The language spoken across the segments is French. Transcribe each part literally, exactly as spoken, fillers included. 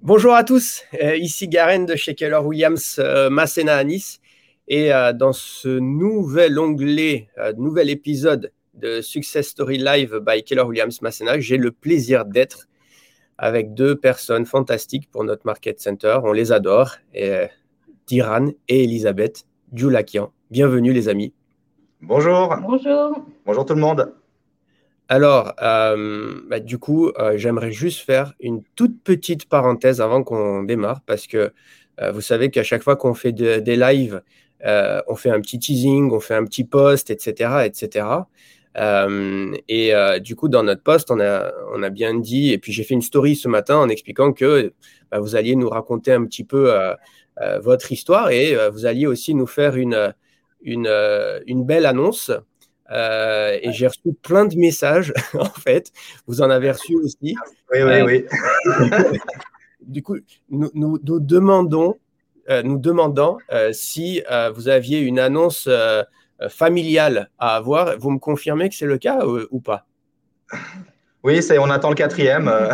Bonjour à tous, euh, ici Garen de chez Keller Williams euh, Masséna à Nice. Et euh, dans ce nouvel onglet, euh, nouvel épisode de Success Story Live by Keller Williams Masséna, j'ai le plaisir d'être avec deux personnes fantastiques pour notre Market Center. On les adore, et, euh, Diran et Elisabeth Djoulakian. Bienvenue les amis. Bonjour. Bonjour. Bonjour tout le monde. Alors, euh, bah, du coup, euh, j'aimerais juste faire une toute petite parenthèse avant qu'on démarre, parce que euh, vous savez qu'à chaque fois qu'on fait de- des lives, euh, on fait un petit teasing, on fait un petit post, et cetera, et cetera. Euh, et euh, du coup, dans notre post, on a, on a bien dit, et puis j'ai fait une story ce matin en expliquant que bah, vous alliez nous raconter un petit peu euh, euh, votre histoire et euh, vous alliez aussi nous faire une, une, euh, une belle annonce. Euh, et j'ai reçu plein de messages, en fait. Vous en avez reçu aussi. Oui, oui, Euh, oui. du coup, nous, nous, nous demandons, euh, nous demandons euh, si euh, vous aviez une annonce euh, euh, familiale à avoir. Vous me confirmez que c'est le cas ou, ou pas? Oui, c'est, on attend le quatrième. euh.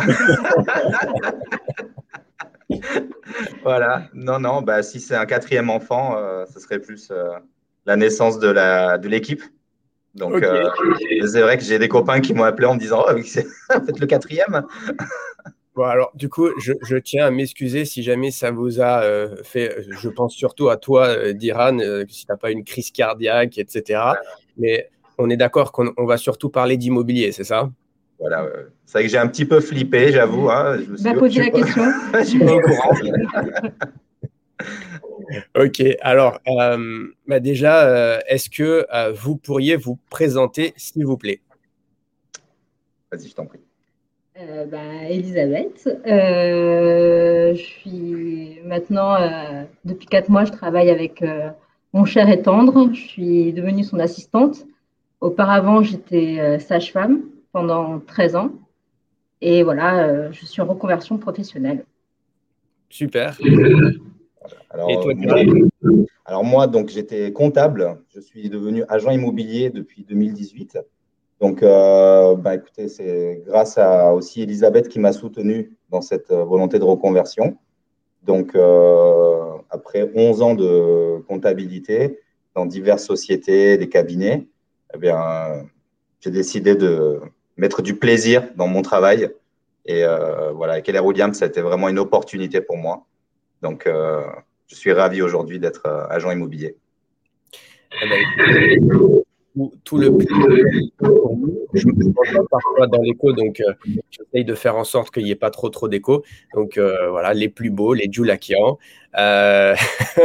Voilà. Non, non, bah, si c'est un quatrième enfant, euh, ce serait plus euh, la naissance de la, de l'équipe. Donc, Ok. euh, c'est vrai que j'ai des copains qui m'ont appelé en me disant, oh, oui, c'est faites le quatrième. Bon, alors, du coup, je, je tiens à m'excuser si jamais ça vous a euh, fait, je pense surtout à toi, euh, Diran, euh, si tu n'as pas une crise cardiaque, et cetera. Mais on est d'accord qu'on on va surtout parler d'immobilier, c'est ça? Voilà. euh, C'est vrai que j'ai un petit peu flippé, j'avoue. Hein. Je me suis Va dit, oh, je poser suis la pas, question. je suis pas au courant. Ok, alors euh, bah déjà, euh, est-ce que euh, vous pourriez vous présenter, s'il vous plaît? Vas-y, je t'en prie. Euh, bah, Elisabeth, euh, je suis maintenant, euh, depuis quatre mois, je travaille avec euh, mon cher et tendre. Je suis devenue son assistante. Auparavant, j'étais euh, sage-femme pendant treize ans. Et voilà, euh, je suis en reconversion professionnelle. Super. Et Alors, toi, moi, Diran? alors moi, donc, j'étais comptable. Je suis devenu agent immobilier depuis deux mille dix-huit. Donc, euh, bah, écoutez, c'est grâce à aussi Elisabeth qui m'a soutenu dans cette euh, volonté de reconversion. Donc, euh, après onze ans de comptabilité dans diverses sociétés, des cabinets, eh bien, j'ai décidé de mettre du plaisir dans mon travail. Et euh, voilà, Keller Williams, ça a été vraiment une opportunité pour moi. Donc, euh, je suis ravi aujourd'hui d'être euh, agent immobilier. Eh ben, écoutez, tout, tout le plaisir pour nous. Je, je m'entends parfois dans l'écho, donc euh, j'essaye de faire en sorte qu'il n'y ait pas trop trop d'écho. Donc euh, voilà, les plus beaux, les Djoulakian. Euh...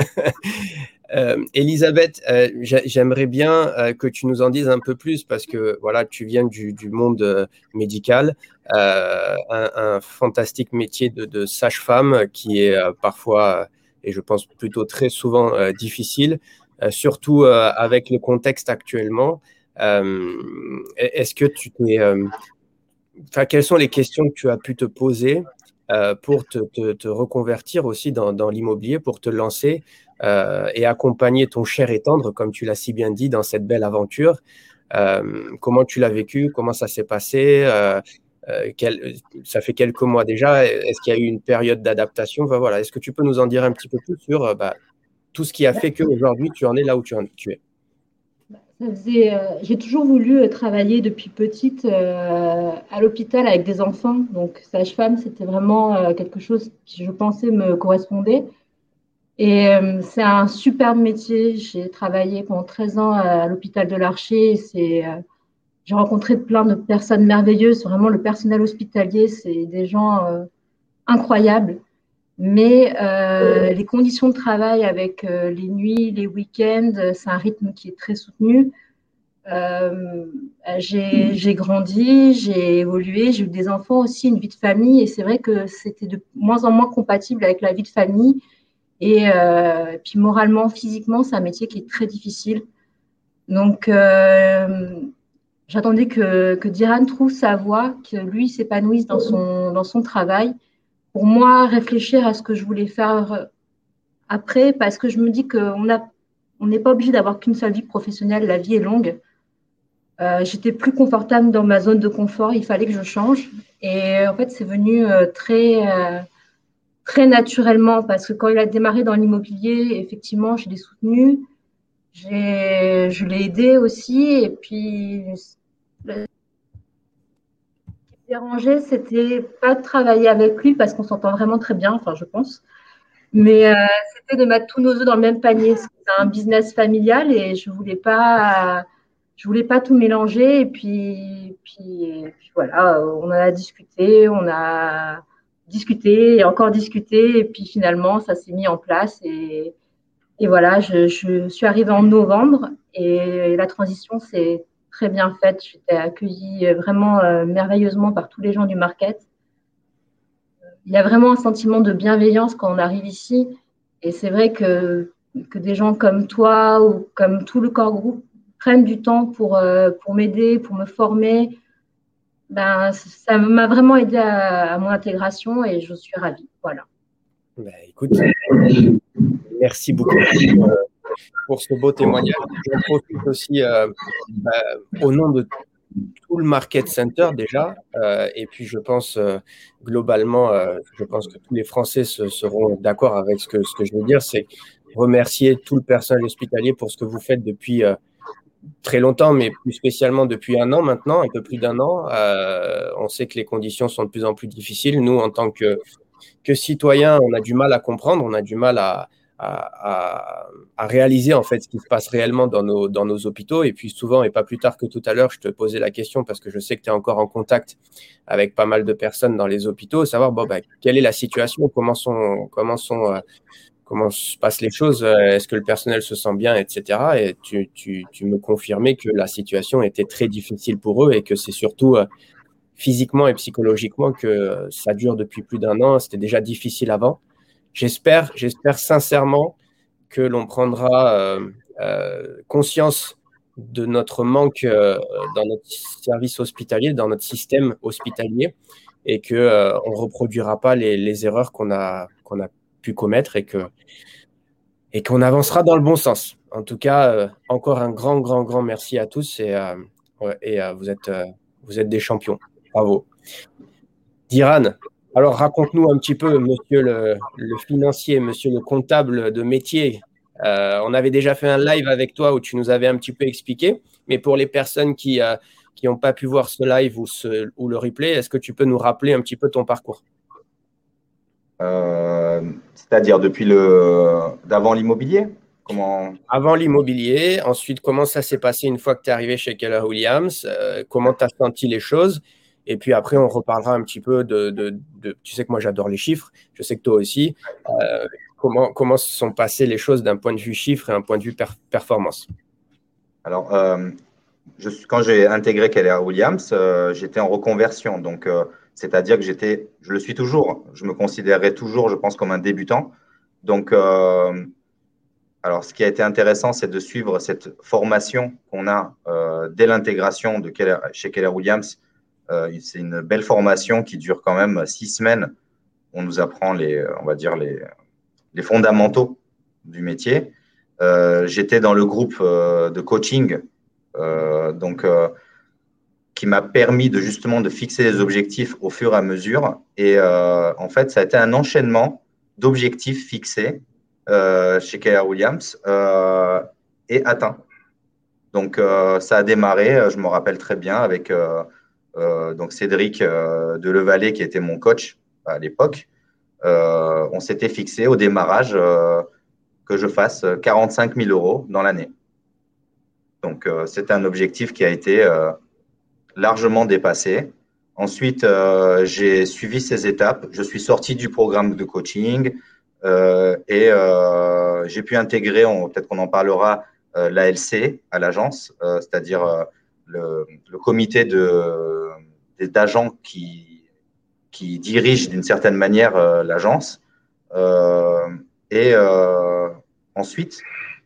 Euh, Elisabeth, euh, j'a- j'aimerais bien euh, que tu nous en dises un peu plus parce que voilà, tu viens du, du monde euh, médical, euh, un, un fantastique métier de, de sage-femme qui est euh, parfois, euh, et je pense plutôt très souvent, euh, difficile, euh, surtout euh, avec le contexte actuellement. Euh, est-ce que tu t'es, euh, enfin, quelles sont les questions que tu as pu te poser euh, pour te, te- te reconvertir aussi dans, dans l'immobilier, pour te lancer euh, et accompagner ton cher et tendre, comme tu l'as si bien dit, dans cette belle aventure. Euh, comment tu l'as vécu? Comment ça s'est passé? Euh, euh, quel- ça fait quelques mois déjà. Est-ce qu'il y a eu une période d'adaptation? Enfin, voilà. Est-ce que tu peux nous en dire un petit peu plus sur euh, bah, tout ce qui a fait qu'aujourd'hui, tu en es là où tu, en, tu es? Ça faisait, euh, j'ai toujours voulu euh, travailler depuis petite euh, à l'hôpital avec des enfants. Donc, sage-femme, c'était vraiment euh, quelque chose qui, je pensais, me correspondait. Et euh, c'est un superbe métier. J'ai travaillé pendant treize ans à l'hôpital de l'Archer. C'est, euh, j'ai rencontré plein de personnes merveilleuses. Vraiment, le personnel hospitalier, c'est des gens euh, incroyables. Mais euh, les conditions de travail avec euh, les nuits, les week-ends, c'est un rythme qui est très soutenu. Euh, j'ai, j'ai grandi, j'ai évolué, j'ai eu des enfants aussi, une vie de famille, et c'est vrai que c'était de moins en moins compatible avec la vie de famille. Et, euh, et puis moralement, physiquement, c'est un métier qui est très difficile. Donc, euh, j'attendais que, que Diran trouve sa voie, que lui s'épanouisse dans son, dans son travail. Pour moi, réfléchir à ce que je voulais faire après, parce que je me dis qu'on a, on n'est pas obligé d'avoir qu'une seule vie professionnelle, la vie est longue. Euh, j'étais plus confortable dans ma zone de confort, il fallait que je change. Et en fait, c'est venu euh, très, euh, très naturellement parce que quand il a démarré dans l'immobilier, effectivement, je l'ai soutenu, j'ai, je l'ai aidé aussi. Et puis, le qui me dérangeait, c'était pas de travailler avec lui parce qu'on s'entend vraiment très bien, enfin, je pense. Mais euh, c'était de mettre tous nos œufs dans le même panier. C'est un business familial et je voulais pas, je voulais pas tout mélanger. Et puis, puis, et puis voilà, on en a discuté, on a discuté et encore discuté. Et puis finalement, ça s'est mis en place. Et, et voilà, je, je suis arrivée en novembre et la transition s'est très bien faite. J'étais accueillie vraiment euh, merveilleusement par tous les gens du market. Il y a vraiment un sentiment de bienveillance quand on arrive ici. Et c'est vrai que, que des gens comme toi ou comme tout le corps groupe prennent du temps pour, euh, pour m'aider, pour me former. Ben, ça m'a vraiment aidé à, à mon intégration et je suis ravie. Voilà. Ben, écoute, merci beaucoup pour, pour ce beau témoignage. J'en profite aussi euh, euh, au nom de tout le Market Center déjà, euh, et puis je pense euh, globalement, euh, je pense que tous les Français se, seront d'accord avec ce que, ce que je veux dire, c'est remercier tout le personnel hospitalier pour ce que vous faites depuis euh, très longtemps, mais plus spécialement depuis un an maintenant, un peu plus d'un an. Euh, on sait que les conditions sont de plus en plus difficiles. Nous, en tant que, que citoyens, on a du mal à comprendre, on a du mal à, À, à, à réaliser en fait ce qui se passe réellement dans nos, dans nos hôpitaux. Et puis souvent, et pas plus tard que tout à l'heure, je te posais la question parce que je sais que tu es encore en contact avec pas mal de personnes dans les hôpitaux, savoir bon, bah, quelle est la situation, comment, sont, comment, sont, euh, comment se passent les choses, euh, est-ce que le personnel se sent bien, et cetera. Et tu, tu, tu me confirmais que la situation était très difficile pour eux et que c'est surtout euh, physiquement et psychologiquement que euh, ça dure depuis plus d'un an. C'était déjà difficile avant. J'espère, j'espère sincèrement que l'on prendra euh, euh, conscience de notre manque euh, dans notre service hospitalier, dans notre système hospitalier, et qu'on euh, ne reproduira pas les, les erreurs qu'on a, qu'on a pu commettre et que et qu'on avancera dans le bon sens. En tout cas, euh, encore un grand, grand, grand merci à tous et, euh, ouais, et euh, vous êtes, euh, vous êtes des champions. Bravo. Diran, alors raconte-nous un petit peu, monsieur le, le financier, monsieur le comptable de métier. Euh, on avait déjà fait un live avec toi où tu nous avais un petit peu expliqué, mais pour les personnes qui euh, qui n'ont pas pu voir ce live ou, ce, ou le replay, est-ce que tu peux nous rappeler un petit peu ton parcours? Euh, c'est-à-dire depuis le d'avant l'immobilier? Comment? Avant l'immobilier, ensuite comment ça s'est passé une fois que tu es arrivé chez Keller Williams, euh, comment tu as senti les choses, et puis après on reparlera un petit peu de, de, de tu sais que moi j'adore les chiffres, je sais que toi aussi, euh, comment, comment se sont passées les choses d'un point de vue chiffre et un point de vue per performance. Alors, euh, je suis, quand j'ai intégré Keller Williams, euh, j'étais en reconversion. Donc, euh, c'est-à-dire que j'étais, je le suis toujours, je me considérerais toujours, je pense, comme un débutant. Donc, euh, alors, ce qui a été intéressant, c'est de suivre cette formation qu'on a euh, dès l'intégration de Keller, chez Keller Williams. Euh, c'est une belle formation qui dure quand même six semaines. On nous apprend les, on va dire les, les fondamentaux du métier. Euh, j'étais dans le groupe euh, de coaching, euh, donc euh, qui m'a permis de justement de fixer les objectifs au fur et à mesure. Et euh, en fait, ça a été un enchaînement d'objectifs fixés euh, chez Keller Williams euh, et atteints. Donc, euh, ça a démarré, je me rappelle très bien, avec euh, euh, donc Cédric euh, Delevalle, qui était mon coach à l'époque. Euh, on s'était fixé au démarrage euh, que je fasse quarante-cinq mille euros dans l'année. Donc, euh, c'était un objectif qui a été euh, largement dépassé. Ensuite, euh, j'ai suivi ces étapes. Je suis sorti du programme de coaching euh, et euh, j'ai pu intégrer, peut-être qu'on en parlera, euh, l'A L C à l'agence, euh, c'est-à-dire euh, le, le comité de, d'agents qui, qui dirige d'une certaine manière euh, l'agence. Euh, et euh, ensuite,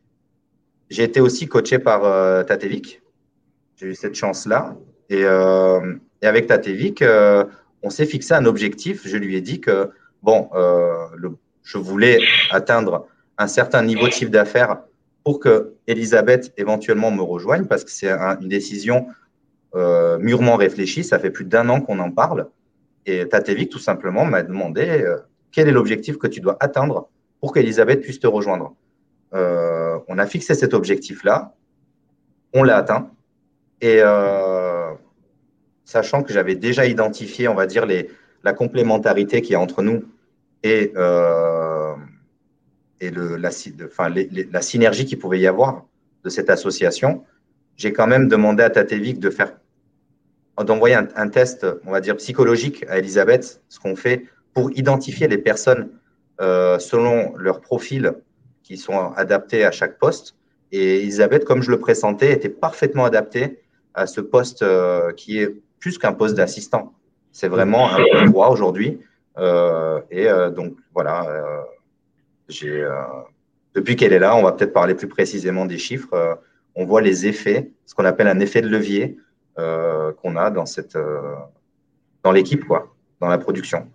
j'ai été aussi coaché par euh, Tatevic. J'ai eu cette chance-là. Et, euh, et avec Tatevic, euh, on s'est fixé un objectif. Je lui ai dit que, bon, euh, le, je voulais atteindre un certain niveau de chiffre d'affaires pour que Elisabeth éventuellement me rejoigne, parce que c'est un, une décision euh, mûrement réfléchie. Ça fait plus d'un an qu'on en parle. Et Tatevic, tout simplement, m'a demandé euh, quel est l'objectif que tu dois atteindre pour qu'Elisabeth puisse te rejoindre. Euh, on a fixé cet objectif-là, on l'a atteint, et euh, sachant que j'avais déjà identifié, on va dire, les, la complémentarité qu'il y a entre nous et, euh, et le, la, enfin, les, les, la synergie qu'il pouvait y avoir de cette association, j'ai quand même demandé à Tatevic de faire, d'envoyer un, un test, on va dire, psychologique à Elisabeth, ce qu'on fait pour identifier les personnes euh, selon leur profil qui sont adaptés à chaque poste. Et Elisabeth, comme je le pressentais, était parfaitement adaptée à ce poste euh, qui est plus qu'un poste d'assistant. C'est vraiment un convoi aujourd'hui. Euh, et euh, donc, voilà, euh, j'ai, euh, depuis qu'elle est là, on va peut-être parler plus précisément des chiffres. Euh, on voit les effets, ce qu'on appelle un effet de levier euh, qu'on a dans, cette, euh, dans l'équipe, quoi, dans la production.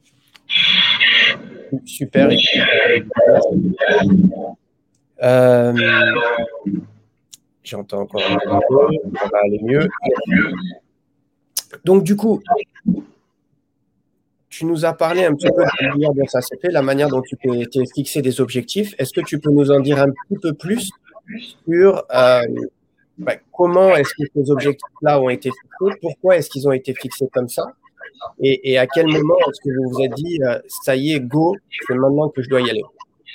Super. Euh, J'entends encore un peu, ça va aller mieux. Donc, du coup, tu nous as parlé un petit peu de la manière dont ça s'est fait, la manière dont tu t'es fixé des objectifs. Est-ce que tu peux nous en dire un petit peu plus sur euh, bah, comment est-ce que ces objectifs-là ont été fixés? Pourquoi est-ce qu'ils ont été fixés comme ça? Et, et à quel moment est-ce que vous vous êtes dit, euh, ça y est, go, c'est maintenant que je dois y aller?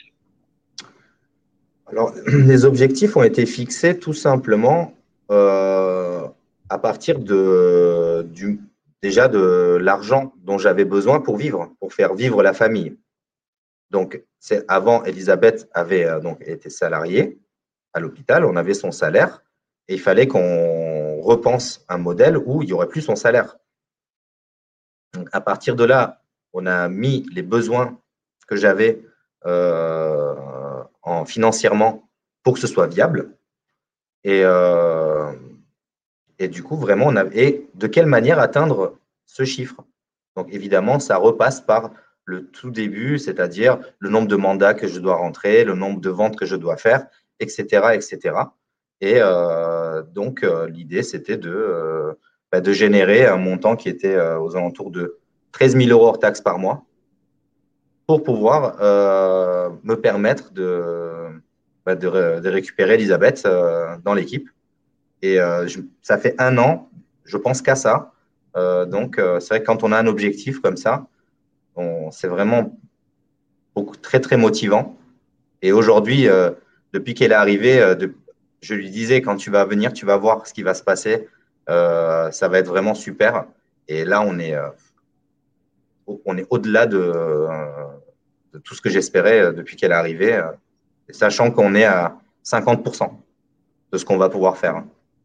Alors, les objectifs ont été fixés tout simplement euh, à partir de, du, déjà de l'argent dont j'avais besoin pour vivre, pour faire vivre la famille. Donc, c'est avant, Elisabeth avait euh, donc été salariée à l'hôpital, on avait son salaire et il fallait qu'on repense un modèle où il n'y aurait plus son salaire. Donc, à partir de là, on a mis les besoins que j'avais euh, en financièrement pour que ce soit viable. Et, euh, et du coup, vraiment, on a, et de quelle manière atteindre ce chiffre? Donc, évidemment, ça repasse par le tout début, c'est-à-dire le nombre de mandats que je dois rentrer, le nombre de ventes que je dois faire, et cetera, et cetera. Et euh, donc, euh, l'idée, c'était de, euh, bah, de générer un montant qui était euh, aux alentours de treize mille euros hors taxes par mois pour pouvoir euh, me permettre de, bah, de, de récupérer Elisabeth euh, dans l'équipe. Et euh, je, ça fait un an, je pense qu'à ça. Euh, donc, euh, c'est vrai que quand on a un objectif comme ça, c'est vraiment beaucoup, très, très motivant. Et aujourd'hui, euh, depuis qu'elle est arrivée, euh, de, je lui disais, quand tu vas venir, tu vas voir ce qui va se passer. Euh, ça va être vraiment super. Et là, on est, euh, on est au-delà de, euh, de tout ce que j'espérais euh, depuis qu'elle est arrivée, euh, sachant qu'on est à cinquante pour cent de ce qu'on va pouvoir faire,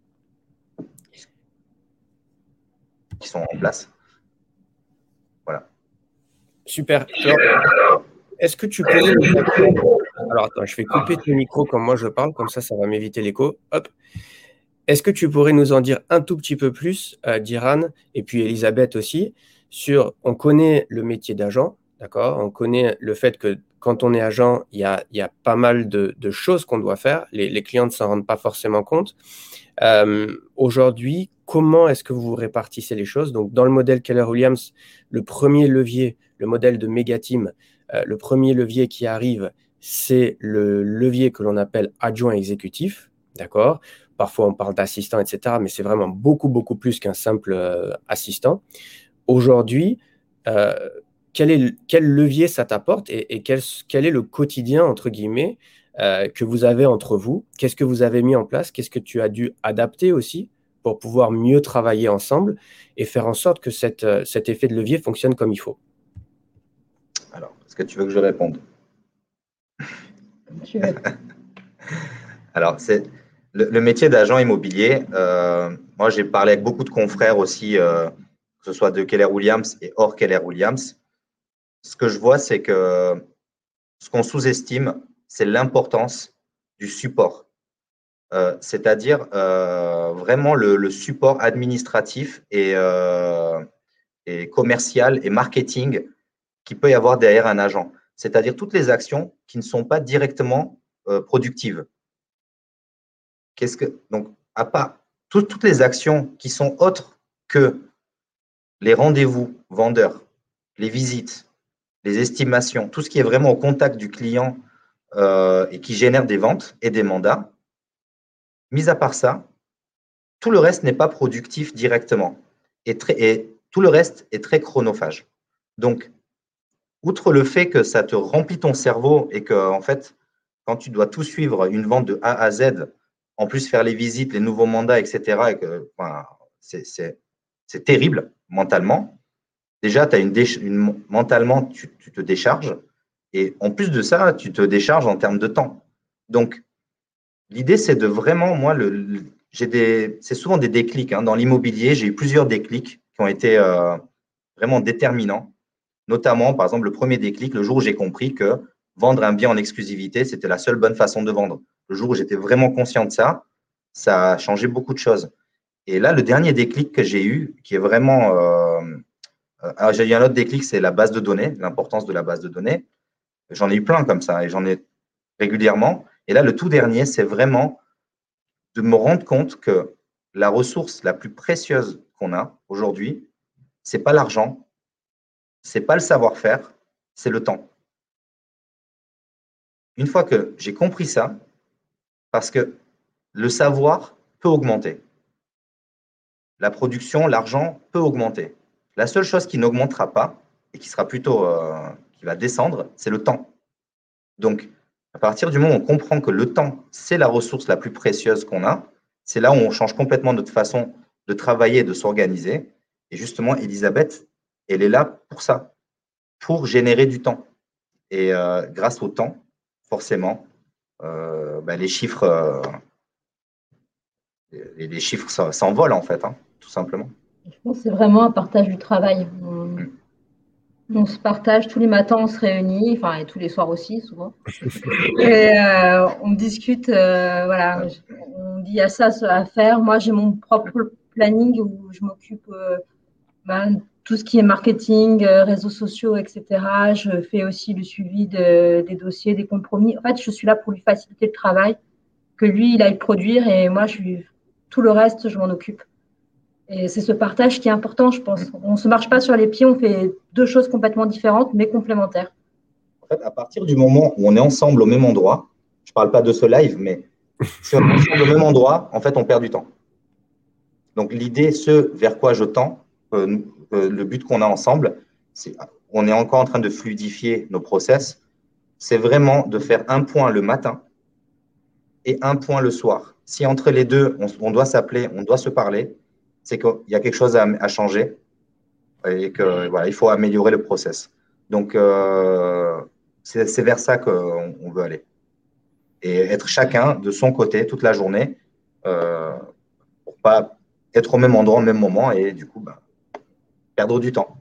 qui sont en place. Voilà. Super. Alors, est-ce que tu pourrais nous... Alors, attends, je vais couper ton micro comme moi je parle, comme ça, ça va m'éviter l'écho. Hop. Est-ce que tu pourrais nous en dire un tout petit peu plus, euh, Diran, et puis Elisabeth aussi, sur, on connaît le métier d'agent, d'accord? On connaît le fait que quand on est agent, il y a, il y a pas mal de, de choses qu'on doit faire. Les, les clients ne s'en rendent pas forcément compte. Euh, aujourd'hui, comment est-ce que vous répartissez les choses? Donc, dans le modèle Keller-Williams, le premier levier, le modèle de Megateam, euh, le premier levier qui arrive, c'est le levier que l'on appelle adjoint exécutif, d'accord? Parfois, on parle d'assistant, et cetera, mais c'est vraiment beaucoup, beaucoup plus qu'un simple euh, assistant. Aujourd'hui, euh, quel, est, quel levier ça t'apporte et, et quel, quel est le quotidien, entre guillemets, euh, que vous avez entre vous? Qu'est-ce que vous avez mis en place? Qu'est-ce que tu as dû adapter aussi pour pouvoir mieux travailler ensemble et faire en sorte que cette, euh, cet effet de levier fonctionne comme il faut? Alors, est-ce que tu veux que je réponde? Je vais... Alors, c'est le, le métier d'agent immobilier. Euh, moi, j'ai parlé avec beaucoup de confrères aussi, euh, que ce soit de Keller-Williams et hors Keller-Williams. Ce que je vois, c'est que ce qu'on sous-estime, c'est l'importance du support. Euh, c'est-à-dire euh, vraiment le, le support administratif et, euh, et commercial et marketing qu'il peut y avoir derrière un agent. C'est-à-dire toutes les actions qui ne sont pas directement euh, productives. Qu'est-ce que, donc, à part tout, toutes les actions qui sont autres que les rendez-vous vendeurs, les visites, les estimations, tout ce qui est vraiment au contact du client euh, et qui génère des ventes et des mandats. Mis à part ça, tout le reste n'est pas productif directement et, très, et tout le reste est très chronophage. Donc, outre le fait que ça te remplit ton cerveau et que, en fait, quand tu dois tout suivre, une vente de A à Z, en plus faire les visites, les nouveaux mandats, et cetera, et que, enfin, c'est terrible mentalement. Déjà, as une une, mentalement, tu, tu te décharges. Et en plus de ça, tu te décharges en termes de temps. Donc, l'idée, c'est de vraiment, moi, le, le j'ai des, c'est souvent des déclics. Hein. Dans l'immobilier, j'ai eu plusieurs déclics qui ont été euh, vraiment déterminants. Notamment, par exemple, le premier déclic, le jour où j'ai compris que vendre un bien en exclusivité, c'était la seule bonne façon de vendre. Le jour où j'étais vraiment conscient de ça, ça a changé beaucoup de choses. Et là, le dernier déclic que j'ai eu, qui est vraiment… Euh, euh, j'ai eu un autre déclic, c'est la base de données, l'importance de la base de données. J'en ai eu plein comme ça et j'en ai régulièrement. Et là, le tout dernier, c'est vraiment de me rendre compte que la ressource la plus précieuse qu'on a aujourd'hui, ce n'est pas l'argent, ce n'est pas le savoir-faire, c'est le temps. Une fois que j'ai compris ça, parce que le savoir peut augmenter. La production, l'argent peut augmenter. La seule chose qui n'augmentera pas, et qui sera plutôt, euh, qui va descendre, c'est le temps. Donc, à partir du moment où on comprend que le temps, c'est la ressource la plus précieuse qu'on a, c'est là où on change complètement notre façon de travailler et de s'organiser. Et justement, Elisabeth, elle est là pour ça, pour générer du temps. Et euh, grâce au temps, forcément, euh, bah, les chiffres, euh, les, les chiffres s'envolent en fait, hein, tout simplement. Je pense que c'est vraiment un partage du travail. On, Mm. on se partage tous les matins, on se réunit, enfin et tous les soirs aussi souvent. Et euh, on discute, euh, voilà, on dit il y a ça, ça à faire. Moi, j'ai mon propre planning où je m'occupe euh, ben, tout ce qui est marketing, euh, réseaux sociaux, et cetera. Je fais aussi le suivi de, des dossiers, des compromis. En fait, je suis là pour lui faciliter le travail, que lui, il aille produire et moi, je lui, tout le reste, je m'en occupe. Et c'est ce partage qui est important, je pense. On ne se marche pas sur les pieds, on fait deux choses complètement différentes, mais complémentaires. En fait, à partir du moment où on est ensemble au même endroit, je ne parle pas de ce live, mais si on est ensemble au même endroit, en fait, on perd du temps. Donc, l'idée, ce vers quoi je tends, euh, euh, le but qu'on a ensemble, c'est on est encore en train de fluidifier nos process, c'est vraiment de faire un point le matin et un point le soir. Si entre les deux, on, on doit s'appeler, on doit se parler, c'est qu'il y a quelque chose à, à changer et que voilà, il faut améliorer le process. Donc, euh, c'est vers ça qu'on on veut aller. Et être chacun de son côté toute la journée euh, pour pas être au même endroit au même moment et du coup, bah, perdre du temps.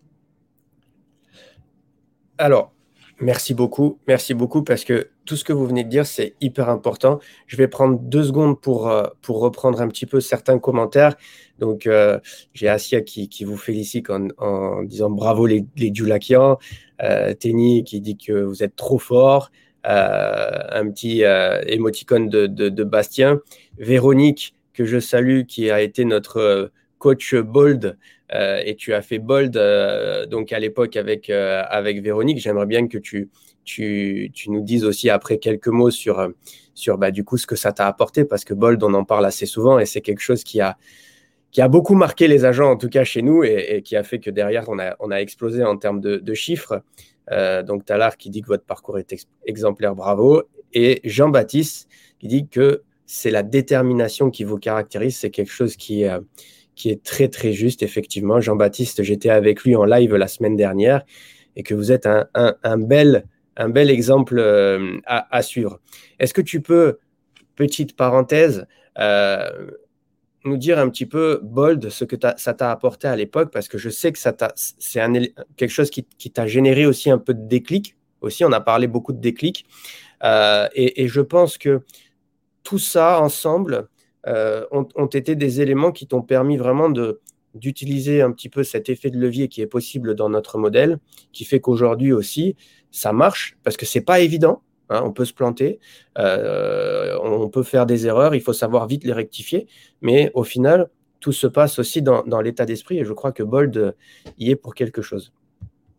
Alors, merci beaucoup. Merci beaucoup parce que tout ce que vous venez de dire, c'est hyper important. Je vais prendre deux secondes pour, euh, pour reprendre un petit peu certains commentaires. Donc, euh, j'ai Asia qui, qui vous félicite en, en disant bravo les, les Djulakians. Euh, Tenny qui dit que vous êtes trop fort. Euh, un petit euh, émoticône de, de, de Bastien. Véronique, que je salue, qui a été notre euh, coach Bold. Euh, et tu as fait Bold euh, donc à l'époque avec, euh, avec Véronique. J'aimerais bien que tu, tu, tu nous dises aussi après quelques mots sur, sur bah, du coup ce que ça t'a apporté, parce que Bold, on en parle assez souvent et c'est quelque chose qui a, qui a beaucoup marqué les agents, en tout cas chez nous, et, et qui a fait que derrière, on a, on a explosé en termes de, de chiffres. Euh, donc, Talar qui dit que votre parcours est ex- exemplaire, bravo. Et Jean-Baptiste qui dit que c'est la détermination qui vous caractérise. C'est quelque chose qui, euh, qui est très, très juste, effectivement. Jean-Baptiste, j'étais avec lui en live la semaine dernière et que vous êtes un, un, un, bel, un bel exemple euh, à, à suivre. Est-ce que tu peux, petite parenthèse, euh, nous dire un petit peu, Bold, ce que ça t'a apporté à l'époque, parce que je sais que ça c'est un, quelque chose qui, qui t'a généré aussi un peu de déclic. Aussi, on a parlé beaucoup de déclic. Euh, et, et je pense que tout ça ensemble euh, ont, ont été des éléments qui t'ont permis vraiment de, d'utiliser un petit peu cet effet de levier qui est possible dans notre modèle, qui fait qu'aujourd'hui aussi, ça marche, parce que c'est pas évident. Hein, on peut se planter, euh, on peut faire des erreurs, il faut savoir vite les rectifier, mais au final, tout se passe aussi dans, dans l'état d'esprit et je crois que Bold y est pour quelque chose.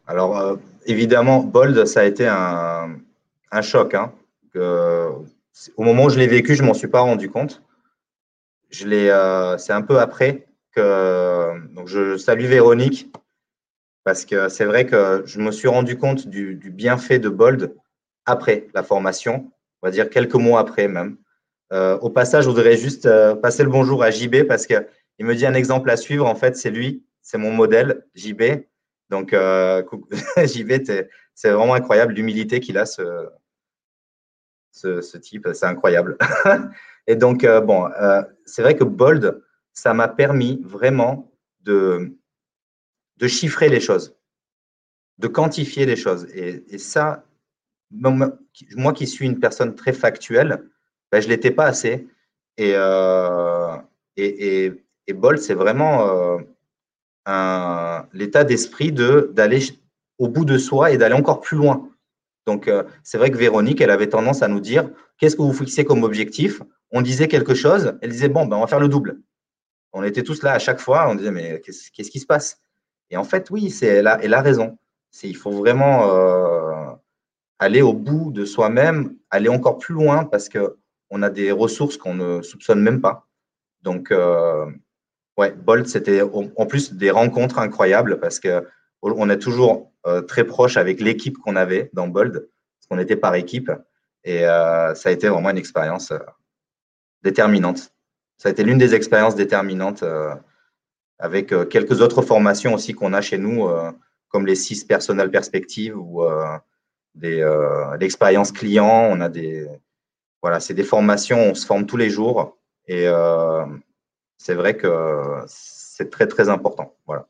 Alors, euh, évidemment, Bold, ça a été un, un choc. Hein, que, au moment où je l'ai vécu, je ne m'en suis pas rendu compte. Je l'ai, euh, c'est un peu après que donc je salue Véronique parce que c'est vrai que je me suis rendu compte du, du bienfait de Bold après la formation, on va dire quelques mois après même. Euh, au passage, je voudrais juste euh, passer le bonjour à J B parce qu'il me dit un exemple à suivre. En fait, c'est lui, c'est mon modèle, J B. Donc, euh, J B, c'est vraiment incroyable l'humilité qu'il a, ce, ce, ce type, c'est incroyable. Et donc, euh, bon, euh, c'est vrai que Bold, ça m'a permis vraiment de, de chiffrer les choses, de quantifier les choses. Et, et ça, moi qui suis une personne très factuelle, ben, je ne l'étais pas assez. Et, euh, et, et, et Bold, c'est vraiment euh, un, l'état d'esprit de, d'aller au bout de soi et d'aller encore plus loin. Donc, euh, c'est vrai que Véronique, elle avait tendance à nous dire qu'est-ce que vous fixez comme objectif. On disait quelque chose, elle disait bon, ben, on va faire le double. On était tous là à chaque fois, on disait mais qu'est-ce, qu'est-ce qui se passe? Et en fait, oui, c'est, elle, a, elle a raison. C'est, il faut vraiment euh, aller au bout de soi-même, aller encore plus loin parce qu'on a des ressources qu'on ne soupçonne même pas. Donc, euh, ouais, Bolt, c'était en plus des rencontres incroyables parce qu'on est toujours euh, très proche avec l'équipe qu'on avait dans Bold, parce qu'on était par équipe. Et euh, ça a été vraiment une expérience euh, déterminante. Ça a été l'une des expériences déterminantes euh, avec euh, quelques autres formations aussi qu'on a chez nous, euh, comme les six Personal Perspectives ou euh, des, euh, l'expérience client. On a des, voilà, c'est des formations, on se forme tous les jours. Et euh, c'est vrai que c'est très, très important. Voilà.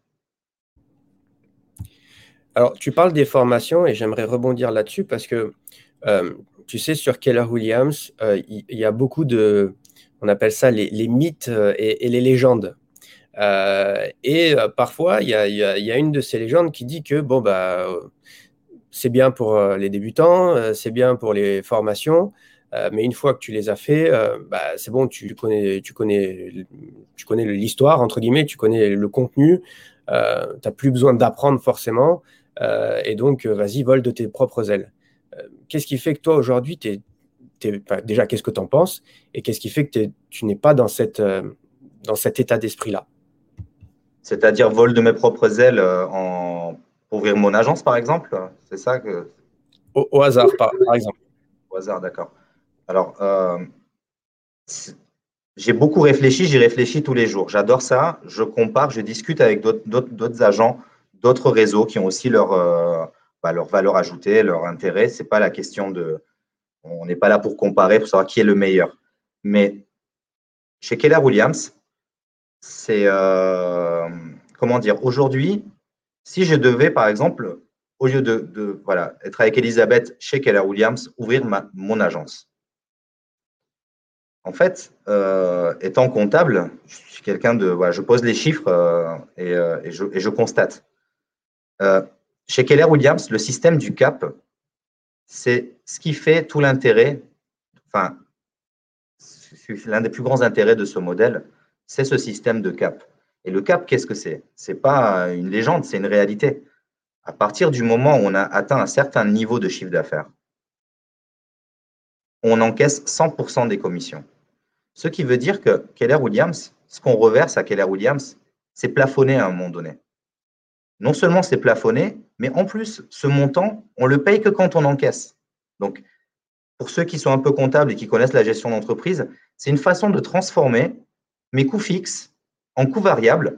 Alors, tu parles des formations et j'aimerais rebondir là-dessus parce que, euh, tu sais, sur Keller Williams, euh, il y, a beaucoup de, on appelle ça les, les mythes et, et les légendes. Euh, et euh, parfois, il y a, y a- y a une de ces légendes qui dit que, bon, bah, euh, c'est bien pour euh, les débutants, euh, c'est bien pour les formations, euh, mais une fois que tu les as fait, euh, bah, c'est bon, tu connais, tu connais, tu connais l'histoire, entre guillemets, tu connais le contenu, euh, tu n'as plus besoin d'apprendre forcément, euh, et donc, euh, vas-y, vole de tes propres ailes. Euh, qu'est-ce qui fait que toi, aujourd'hui, t'es, t'es, enfin, déjà, qu'est-ce que tu en penses, et qu'est-ce qui fait que t'es- tu n'es pas dans, cette, euh, dans cet état d'esprit-là? C'est-à-dire vol de mes propres ailes euh, en... pour ouvrir mon agence, par exemple. C'est ça que. Au, au hasard, par, par exemple. Au hasard, d'accord. Alors, euh, j'ai beaucoup réfléchi, j'y réfléchis tous les jours. J'adore ça. Je compare, je discute avec d'autres, d'autres, d'autres agents, d'autres réseaux qui ont aussi leur, euh, bah, leur valeur ajoutée, leur intérêt. C'est pas la question de. On n'est pas là pour comparer, pour savoir qui est le meilleur. Mais chez Keller Williams, c'est. Euh, comment dire? Aujourd'hui, si je devais, par exemple, au lieu de, de voilà, être avec Elisabeth chez Keller Williams, ouvrir ma, mon agence. En fait, euh, étant comptable, je suis quelqu'un de, voilà, je pose les chiffres euh, et, euh, et, je, et, je, constate. Euh, chez Keller Williams, le système du C A P, c'est ce qui fait tout l'intérêt, enfin, l'un des plus grands intérêts de ce modèle, c'est ce système de C A P. Et le C A P, qu'est-ce que c'est? C'est pas une légende, c'est une réalité. À partir du moment où on a atteint un certain niveau de chiffre d'affaires, on encaisse cent pour cent des commissions. Ce qui veut dire que Keller Williams, ce qu'on reverse à Keller Williams, c'est plafonné à un moment donné. Non seulement c'est plafonné, mais en plus, ce montant, on le paye que quand on encaisse. Donc, pour ceux qui sont un peu comptables et qui connaissent la gestion d'entreprise, c'est une façon de transformer mes coûts fixes en coûts variables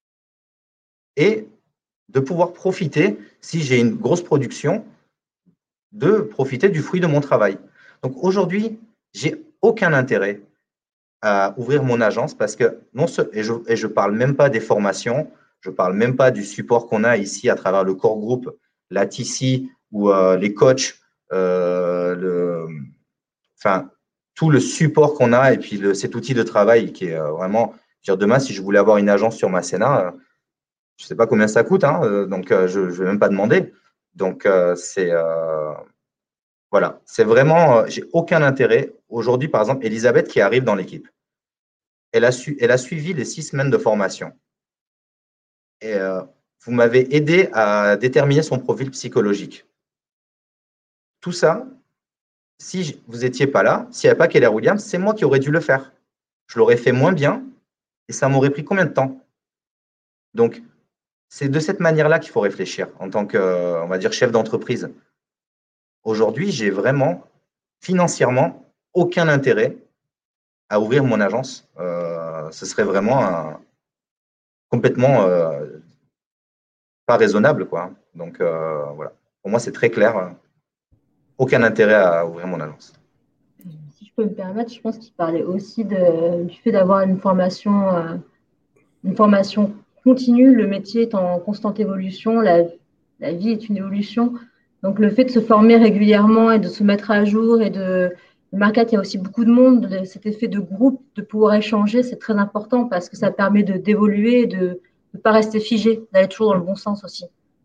et de pouvoir profiter, si j'ai une grosse production, de profiter du fruit de mon travail. Donc aujourd'hui, j'ai aucun intérêt à ouvrir mon agence parce que non ce, et je et je parle même pas des formations, je parle même pas du support qu'on a ici à travers le core group, la T C ou euh, les coachs, euh, le, enfin tout le support qu'on a et puis le, cet outil de travail qui est euh, vraiment, je veux dire, demain si je voulais avoir une agence sur Masséna, euh, je sais pas combien ça coûte, hein, euh, donc euh, je, je vais même pas demander. Donc euh, c'est euh, voilà, c'est vraiment, euh, j'ai aucun intérêt. Aujourd'hui, par exemple, Elisabeth qui arrive dans l'équipe, elle a, su, elle a suivi les six semaines de formation. Et euh, vous m'avez aidé à déterminer son profil psychologique. Tout ça, si vous n'étiez pas là, s'il n'y avait pas Keller Williams, c'est moi qui aurais dû le faire. Je l'aurais fait moins bien et ça m'aurait pris combien de temps? Donc, c'est de cette manière-là qu'il faut réfléchir en tant que, on va dire, chef d'entreprise. Aujourd'hui, j'ai vraiment, financièrement, aucun intérêt à ouvrir mon agence. Euh, ce serait vraiment un, complètement euh, pas raisonnable, quoi. Donc, euh, voilà. Pour moi, c'est très clair. Aucun intérêt à ouvrir mon agence. Si je peux me permettre, je pense qu'il parlait aussi de, du fait d'avoir une formation, euh, une formation continue. Le métier est en constante évolution, la, la vie est une évolution. Donc, le fait de se former régulièrement et de se mettre à jour et de. Le market, il y a aussi beaucoup de monde. Cet effet de groupe, de pouvoir échanger, c'est très important parce que ça permet de, d'évoluer et de ne pas rester figé, d'aller toujours dans le bon sens aussi.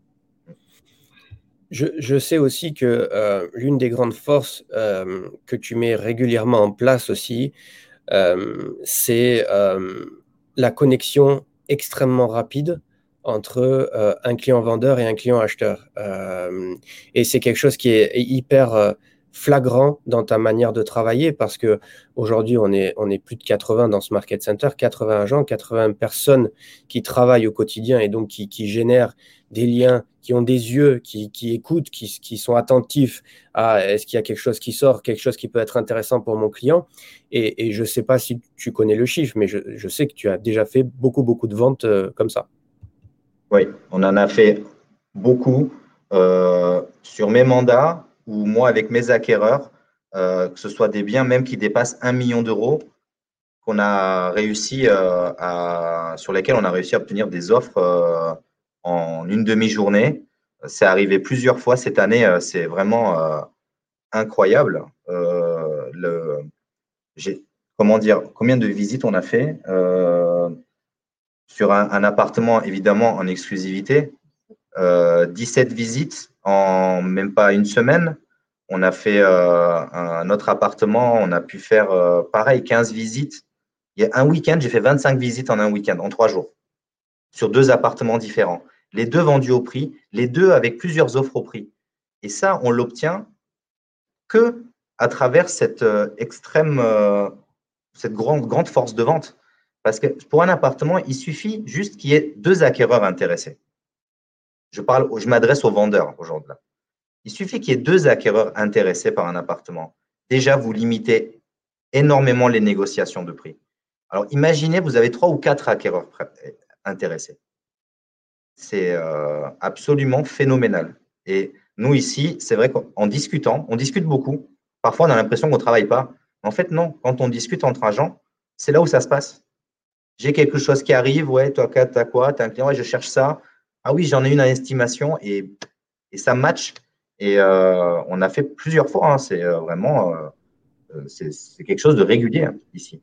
Je, je sais aussi que euh, l'une des grandes forces euh, que tu mets régulièrement en place aussi, euh, c'est euh, la connexion extrêmement rapide entre euh, un client vendeur et un client acheteur. Euh, et c'est quelque chose qui est hyper euh, flagrant dans ta manière de travailler parce que aujourd'hui on est, on est plus de quatre-vingts dans ce market center, quatre-vingts agents, quatre-vingts personnes qui travaillent au quotidien et donc qui, qui génèrent des liens, qui ont des yeux, qui, qui écoutent, qui, qui sont attentifs à est-ce qu'il y a quelque chose qui sort, quelque chose qui peut être intéressant pour mon client. Et, et je ne sais pas si tu connais le chiffre, mais je, je sais que tu as déjà fait beaucoup, beaucoup de ventes euh, comme ça. Oui, on en a fait beaucoup euh, sur mes mandats ou moi avec mes acquéreurs, euh, que ce soit des biens même qui dépassent un million d'euros, qu'on a réussi euh, à, sur lesquels on a réussi à obtenir des offres euh, en une demi-journée. C'est arrivé plusieurs fois cette année, euh, c'est vraiment euh, incroyable. Euh, le, j'ai, comment dire, combien de visites on a fait euh, sur un, un appartement, évidemment en exclusivité. Euh, dix-sept visites en même pas une semaine. On a fait euh, un autre appartement, on a pu faire euh, pareil, quinze visites. Il y a un week-end, j'ai fait vingt-cinq visites en un week-end, en trois jours, sur deux appartements différents. Les deux vendus au prix, les deux avec plusieurs offres au prix. Et ça, on l'obtient que à travers cette euh, extrême, euh, cette grande, grande force de vente. Parce que pour un appartement, il suffit juste qu'il y ait deux acquéreurs intéressés. Je parle, je m'adresse aux vendeurs aujourd'hui. Il suffit qu'il y ait deux acquéreurs intéressés par un appartement. Déjà, vous limitez énormément les négociations de prix. Alors, imaginez, vous avez trois ou quatre acquéreurs intéressés. C'est euh, absolument phénoménal. Et nous, ici, c'est vrai qu'en discutant, on discute beaucoup. Parfois, on a l'impression qu'on ne travaille pas. Mais en fait, non. Quand on discute entre agents, c'est là où ça se passe. J'ai quelque chose qui arrive. Ouais, toi, tu as quoi? Tu as un client? Ouais, je cherche ça. Ah oui, j'en ai une à estimation. Et, et ça match. Et euh, on a fait plusieurs fois. Hein. C'est euh, vraiment euh, c'est, c'est quelque chose de régulier hein, ici.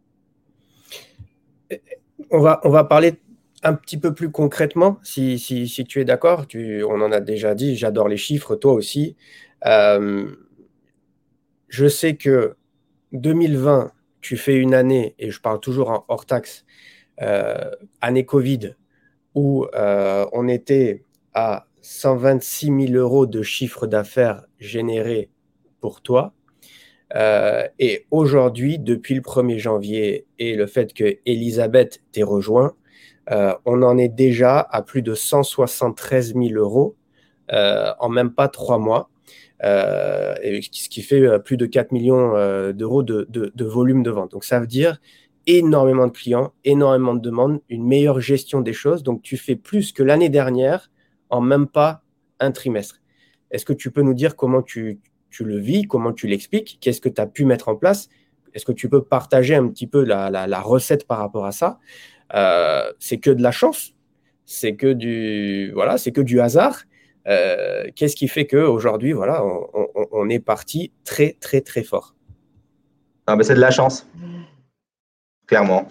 On va, on va parler un petit peu plus concrètement, si, si, si tu es d'accord. Tu, on en a déjà dit, j'adore les chiffres, toi aussi. Euh, je sais que deux mille vingt, tu fais une année, et je parle toujours en hors taxe, euh, année Covid, où euh, on était à cent vingt-six mille euros de chiffre d'affaires généré pour toi. Euh, et aujourd'hui, depuis le premier janvier et le fait que Elisabeth t'ait rejoint, euh, on en est déjà à plus de cent soixante-treize mille euros euh, en même pas trois mois, euh, et ce qui fait plus de quatre millions euh, d'euros de, de, de volume de vente. Donc ça veut dire énormément de clients, énormément de demandes, une meilleure gestion des choses. Donc tu fais plus que l'année dernière en même pas un trimestre. Est-ce que tu peux nous dire comment tu, tu le vis, comment tu l'expliques, qu'est-ce que tu as pu mettre en place? Est-ce que tu peux partager un petit peu la, la, la recette par rapport à ça? Euh, c'est que de la chance, c'est que du, voilà, c'est que du hasard. Euh, qu'est-ce qui fait qu'aujourd'hui, voilà, on, on, on est parti très, très, très fort? Ah ben c'est de la chance, clairement.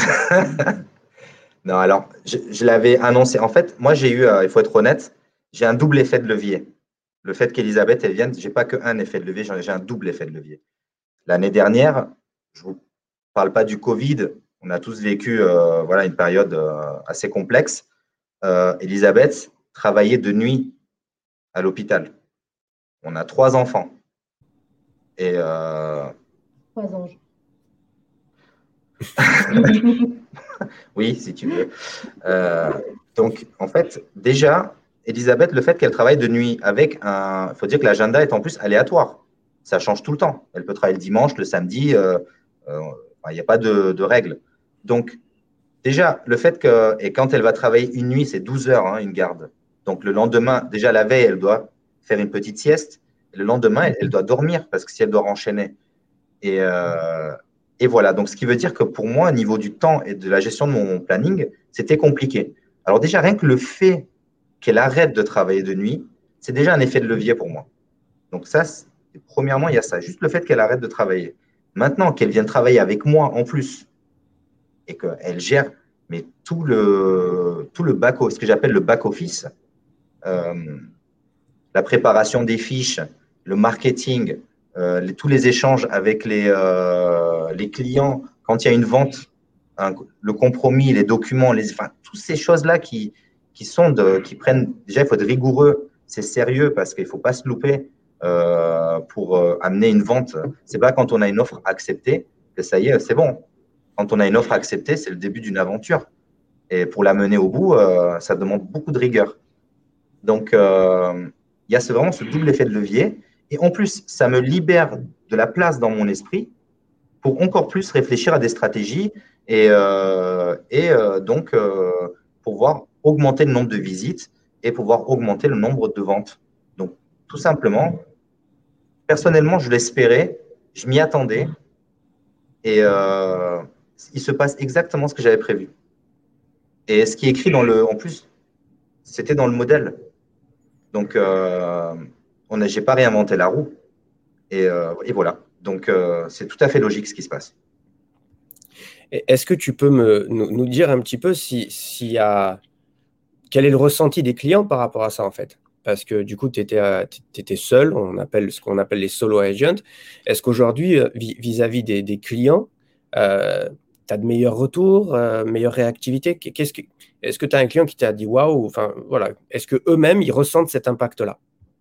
Non, alors, je, je l'avais annoncé. En fait, moi, j'ai eu, euh, il faut être honnête, j'ai un double effet de levier. Le fait qu'Elisabeth, elle vienne, je n'ai pas qu'un effet de levier, j'ai un double effet de levier. L'année dernière, je ne vous parle pas du Covid, on a tous vécu euh, voilà, une période euh, assez complexe. euh, Elisabeth travaillait de nuit à l'hôpital. On a trois enfants. Et euh... Trois anges. Oui, si tu veux. Euh, donc, en fait, déjà, Elisabeth, le fait qu'elle travaille de nuit avec un. Il faut dire que l'agenda est en plus aléatoire. Ça change tout le temps. Elle peut travailler le dimanche, le samedi. Euh, euh, il n'y a pas de, de règles. Donc, déjà, le fait que. Et quand elle va travailler une nuit, c'est douze heures, hein, une garde. Donc, le lendemain, déjà la veille, elle doit faire une petite sieste. Et le lendemain, elle, elle doit dormir parce que si elle doit enchaîner. Et, euh, et voilà, donc ce qui veut dire que pour moi, au niveau du temps et de la gestion de mon planning, c'était compliqué. Alors déjà, rien que le fait qu'elle arrête de travailler de nuit, c'est déjà un effet de levier pour moi. Donc ça, premièrement, il y a ça, juste le fait qu'elle arrête de travailler. Maintenant qu'elle vienne travailler avec moi en plus et qu'elle gère mais tout le, tout le back, ce que j'appelle le back-office, euh, la préparation des fiches, le marketing, euh, les, tous les échanges avec les, euh, les clients, quand il y a une vente, un, le compromis, les documents, les, enfin, toutes ces choses-là qui, qui sont de, qui prennent, déjà il faut être rigoureux, c'est sérieux parce qu'il ne faut pas se louper euh, pour euh, amener une vente. C'est pas quand on a une offre acceptée que ça y est, c'est bon. Quand on a une offre acceptée, c'est le début d'une aventure. Et pour la mener au bout, euh, ça demande beaucoup de rigueur. Donc, euh, il y a ce, vraiment ce double effet de levier. Et en plus, ça me libère de la place dans mon esprit pour encore plus réfléchir à des stratégies et, euh, et euh, donc euh, pouvoir augmenter le nombre de visites et pouvoir augmenter le nombre de ventes. Donc, tout simplement, personnellement, je l'espérais, je m'y attendais et euh, il se passe exactement ce que j'avais prévu. Et ce qui est écrit dans le, en plus, c'était dans le modèle. Donc, euh, on a, j'ai pas réinventé la roue. Et, euh, et voilà. Donc, euh, c'est tout à fait logique ce qui se passe. Est-ce que tu peux me, nous, nous dire un petit peu si, si y a, quel est le ressenti des clients par rapport à ça, en fait? Parce que du coup, tu étais seul, on appelle ce qu'on appelle les solo agents. Est-ce qu'aujourd'hui, euh, vis-à-vis des, des clients, euh, tu as de meilleurs retours, euh, meilleure réactivité? Qu'est-ce que, est-ce que tu as un client qui t'a dit waouh? Enfin, voilà. Est-ce qu'eux-mêmes, ils ressentent cet impact-là?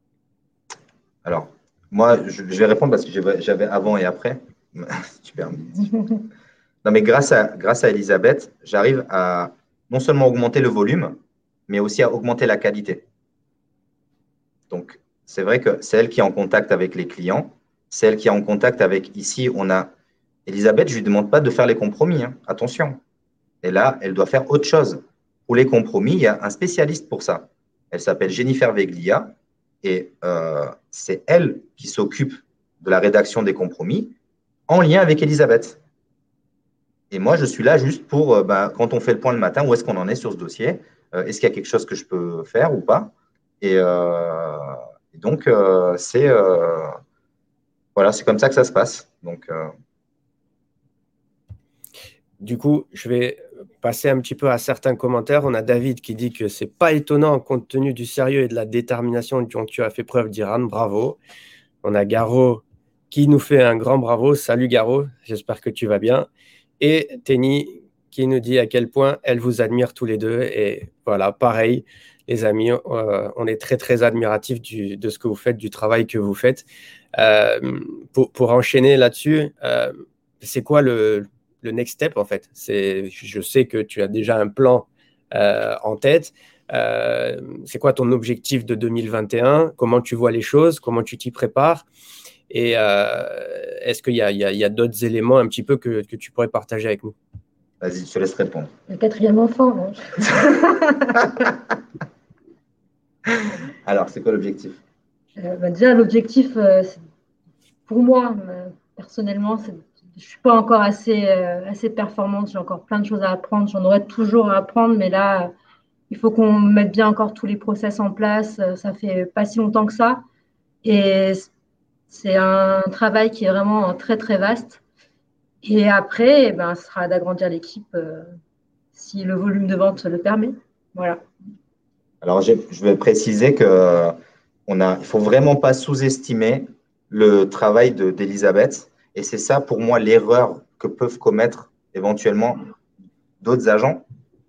Alors, moi, je, je vais répondre parce que j'avais j'avais avant et après. Super. Non, mais grâce à, grâce à Elisabeth, j'arrive à non seulement augmenter le volume, mais aussi à augmenter la qualité. Donc, c'est vrai que c'est elle qui est en contact avec les clients, c'est elle qui est en contact avec, ici, on a Elisabeth, je ne lui demande pas de faire les compromis, hein, attention. Et là, elle doit faire autre chose. Pour les compromis, il y a un spécialiste pour ça. Elle s'appelle Jennifer Veglia et euh, c'est elle qui s'occupe de la rédaction des compromis en lien avec Elisabeth. Et moi, je suis là juste pour, euh, bah, quand on fait le point le matin, où est-ce qu'on en est sur ce dossier? Euh, est-ce qu'il y a quelque chose que je peux faire ou pas? Et, euh, et donc, euh, c'est euh, voilà, c'est comme ça que ça se passe. Donc, euh, Du coup, je vais passer un petit peu à certains commentaires. On a David qui dit que c'est pas étonnant compte tenu du sérieux et de la détermination dont tu as fait preuve, d'Iran. Bravo. On a Garo qui nous fait un grand bravo. Salut Garo, j'espère que tu vas bien. Et Tenny qui nous dit à quel point elle vous admire tous les deux. Et voilà, pareil, les amis, euh, on est très très admiratifs du, de ce que vous faites, du travail que vous faites. Euh, pour, pour enchaîner là-dessus, euh, c'est quoi le, le next step en fait? C'est, je sais que tu as déjà un plan euh, en tête. Euh, c'est quoi ton objectif de deux mille vingt et un? Comment tu vois les choses? Comment tu t'y prépares? Et euh, est-ce qu'il y a, il y a, il y a d'autres éléments un petit peu que, que tu pourrais partager avec nous? vas-y, je te laisse répondre. Le quatrième enfant. Hein. Alors, c'est quoi l'objectif? euh, bah déjà, l'objectif, euh, pour moi, euh, personnellement, c'est, je ne suis pas encore assez, euh, assez performante. J'ai encore plein de choses à apprendre. J'en aurai toujours à apprendre, mais là, il faut qu'on mette bien encore tous les process en place. Ça fait pas si longtemps que ça. Et c'est un travail qui est vraiment très, très vaste. Et après, eh ben, ce sera d'agrandir l'équipe euh, si le volume de vente le permet. Voilà. Alors, je vais préciser que on a, il faut vraiment pas sous-estimer le travail de, d'Elisabeth. Et c'est ça, pour moi, l'erreur que peuvent commettre éventuellement d'autres agents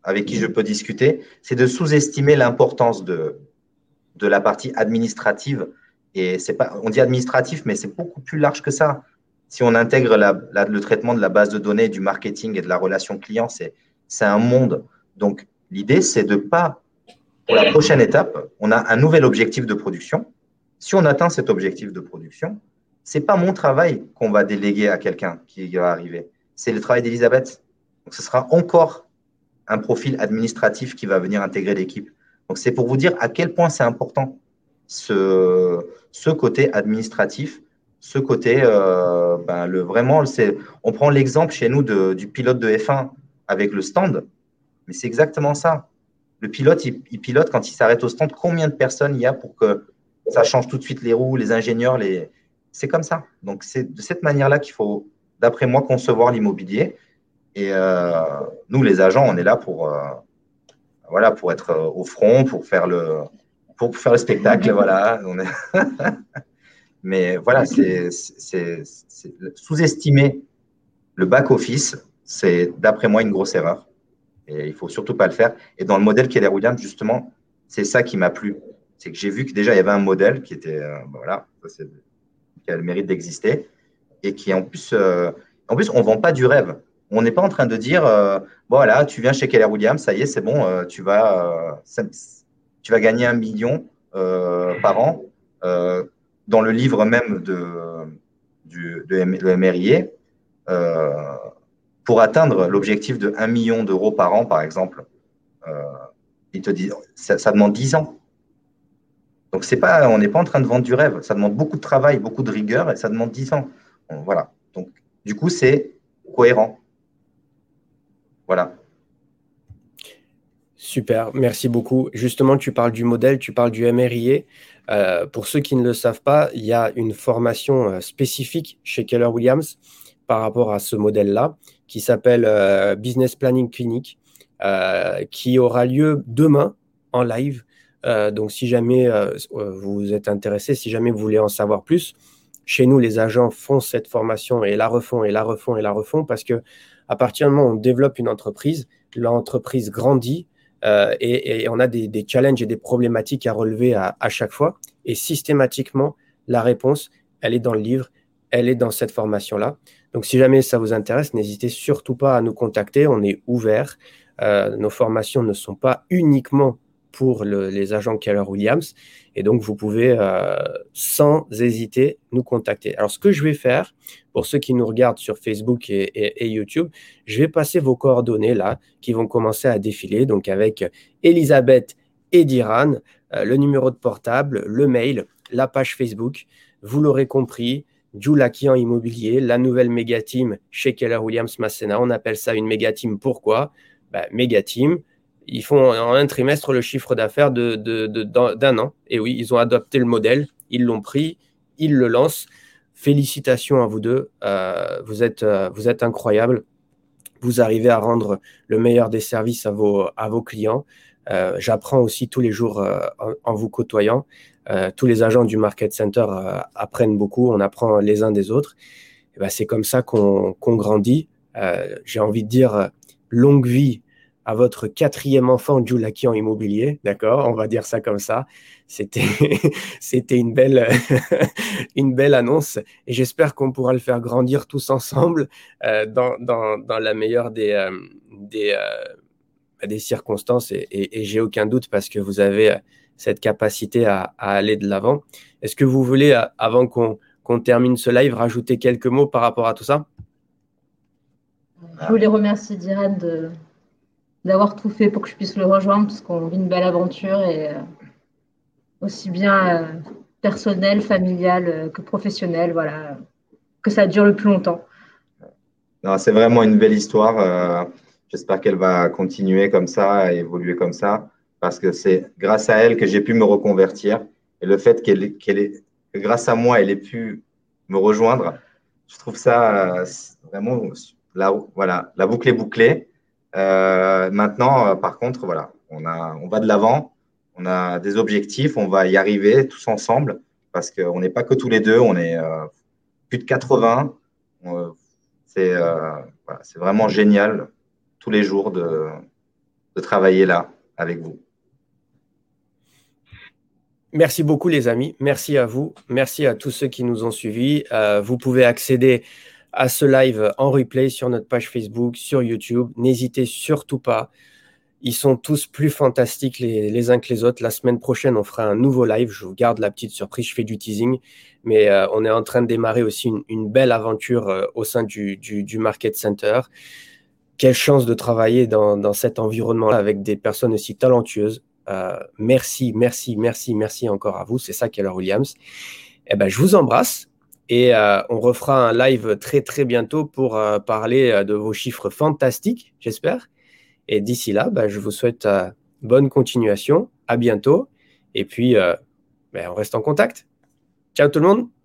avec qui je peux discuter, c'est de sous-estimer l'importance de, de la partie administrative. Et c'est pas, on dit administratif, mais c'est beaucoup plus large que ça. Si on intègre la, la, le traitement de la base de données, du marketing et de la relation client, c'est, c'est un monde. Donc, l'idée, c'est de pas, pour la prochaine étape, on a un nouvel objectif de production. Si on atteint cet objectif de production, c'est pas mon travail qu'on va déléguer à quelqu'un qui va arriver. C'est le travail d'Elisabeth. Donc, ce sera encore un profil administratif qui va venir intégrer l'équipe. Donc, c'est pour vous dire à quel point c'est important ce, ce côté administratif, ce côté, euh, ben, le, vraiment, c'est, on prend l'exemple chez nous de, du pilote de F un avec le stand, mais c'est exactement ça. Le pilote, il, il pilote quand il s'arrête au stand, combien de personnes il y a pour que ça change tout de suite les roues, les ingénieurs, les... c'est comme ça. Donc, c'est de cette manière-là qu'il faut, d'après moi, concevoir l'immobilier. Et euh, nous, les agents, on est là pour, euh, voilà, pour être au front, pour faire le, pour faire le spectacle. Voilà. On est Mais voilà, c'est, c'est, c'est sous-estimer le back-office, c'est d'après moi une grosse erreur. Et il ne faut surtout pas le faire. Et dans le modèle Keller Williams, justement, c'est ça qui m'a plu. C'est que j'ai vu que déjà, il y avait un modèle qui était, euh, voilà, ça, c'est, qui a le mérite d'exister et qui, en plus, euh, en plus on ne vend pas du rêve. On n'est pas en train de dire, euh, voilà, tu viens chez Keller Williams, ça y est, c'est bon, euh, tu, vas, euh, ça, tu vas gagner un million euh, par an. Euh, dans le livre même de, du, de le M R I E, euh, pour atteindre l'objectif de un million d'euros par an, par exemple, euh, il te dit, ça, ça demande dix ans. Donc, c'est pas, on n'est pas en train de vendre du rêve. Ça demande beaucoup de travail, beaucoup de rigueur et ça demande dix ans. Donc, voilà. Donc, du coup, c'est cohérent. Voilà. Super, merci beaucoup. Justement, tu parles du modèle, tu parles du M R I E. Euh, pour ceux qui ne le savent pas, il y a une formation euh, spécifique chez Keller Williams par rapport à ce modèle-là qui s'appelle euh, Business Planning Clinic, euh, qui aura lieu demain en live. Euh, donc, si jamais euh, vous êtes intéressé, si jamais vous voulez en savoir plus, chez nous, les agents font cette formation et la refont et la refont et la refont parce que à partir du moment où on développe une entreprise, l'entreprise grandit. Euh, et, et on a des, des challenges et des problématiques à relever à, à chaque fois. Et systématiquement, la réponse, elle est dans le livre, elle est dans cette formation-là. Donc, si jamais ça vous intéresse, n'hésitez surtout pas à nous contacter. On est ouvert. Euh, nos formations ne sont pas uniquement pour le, les agents Keller Williams. Et donc, vous pouvez euh, sans hésiter nous contacter. Alors, ce que je vais faire, pour ceux qui nous regardent sur Facebook et, et, et YouTube, je vais passer vos coordonnées là, qui vont commencer à défiler. Donc, avec Elisabeth et Diran, euh, le numéro de portable, le mail, la page Facebook. Vous l'aurez compris, Joula qui en immobilier, la nouvelle méga team chez Keller Williams Massena. On appelle ça une méga team. Pourquoi? Ben, méga team. Ils font en un trimestre le chiffre d'affaires de, de, de, d'un an. Et oui, ils ont adopté le modèle, ils l'ont pris, ils le lancent. Félicitations à vous deux. Euh, vous êtes, euh, vous êtes incroyables. Vous arrivez à rendre le meilleur des services à vos, à vos clients. Euh, j'apprends aussi tous les jours euh, en, en vous côtoyant. Euh, tous les agents du Market Center euh, apprennent beaucoup. On apprend les uns des autres. Et ben, c'est comme ça qu'on, qu'on grandit. Euh, j'ai envie de dire longue vie à votre quatrième enfant, Joulaki en immobilier, d'accord? On va dire ça comme ça. C'était, c'était une belle, une belle annonce et j'espère qu'on pourra le faire grandir tous ensemble euh, dans, dans, dans la meilleure des, euh, des, euh, des circonstances et, et, et j'ai aucun doute parce que vous avez cette capacité à, à aller de l'avant. Est-ce que vous voulez, avant qu'on, qu'on termine ce live, rajouter quelques mots par rapport à tout ça? Je voulais remercier Diran de d'avoir tout fait pour que je puisse le rejoindre parce qu'on vit une belle aventure et euh, aussi bien euh, personnelle, familiale euh, que professionnelle, voilà, que ça dure le plus longtemps. Non, c'est vraiment une belle histoire. Euh, j'espère qu'elle va continuer comme ça, évoluer comme ça, parce que c'est grâce à elle que j'ai pu me reconvertir et le fait qu'elle, qu'elle ait, que grâce à moi, elle ait pu me rejoindre, je trouve ça euh, vraiment, la, voilà, la boucle est bouclée. Euh, maintenant, euh, par contre, voilà, on a, on va de l'avant, on a des objectifs, on va y arriver tous ensemble parce qu'on n'est pas que tous les deux, on est euh, plus de quatre-vingts. On, c'est, euh, voilà, c'est vraiment génial tous les jours de, de travailler là avec vous. Merci beaucoup les amis, merci à vous, merci à tous ceux qui nous ont suivis. Euh, vous pouvez accéder à ce live en replay sur notre page Facebook, sur YouTube. N'hésitez surtout pas. Ils sont tous plus fantastiques les, les uns que les autres. La semaine prochaine, on fera un nouveau live. Je vous garde la petite surprise, je fais du teasing. Mais euh, on est en train de démarrer aussi une, une belle aventure euh, au sein du, du, du Market Center. Quelle chance de travailler dans, dans cet environnement-là avec des personnes aussi talentueuses. Euh, merci, merci, merci, merci encore à vous. C'est ça Keller Williams. Eh ben, je vous embrasse et euh, on refera un live très, très bientôt pour euh, parler de vos chiffres fantastiques, j'espère. Et d'ici là, ben, je vous souhaite euh, bonne continuation. À bientôt. Et puis, euh, ben, on reste en contact. Ciao tout le monde.